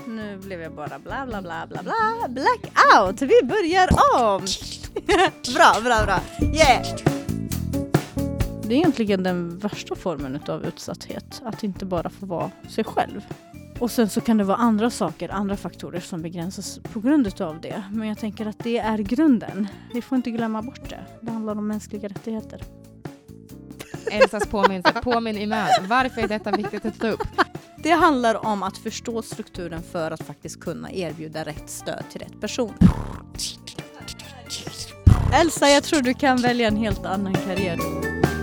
Nu blev jag bara bla bla bla bla bla. Blackout! Vi börjar om! Bra. Yeah! Det är egentligen den värsta formen av utsatthet. Att inte bara få vara sig själv. Och sen så kan det vara andra saker, andra faktorer som begränsas på grund av det. Men jag tänker att det är grunden. Vi får inte glömma bort det. Det handlar om mänskliga rättigheter. Elsas påminnelse, påminn i med. Varför är detta viktigt att ta upp? Det handlar om att förstå strukturen för att faktiskt kunna erbjuda rätt stöd till rätt person. Elsa, jag tror du kan välja en helt annan karriär.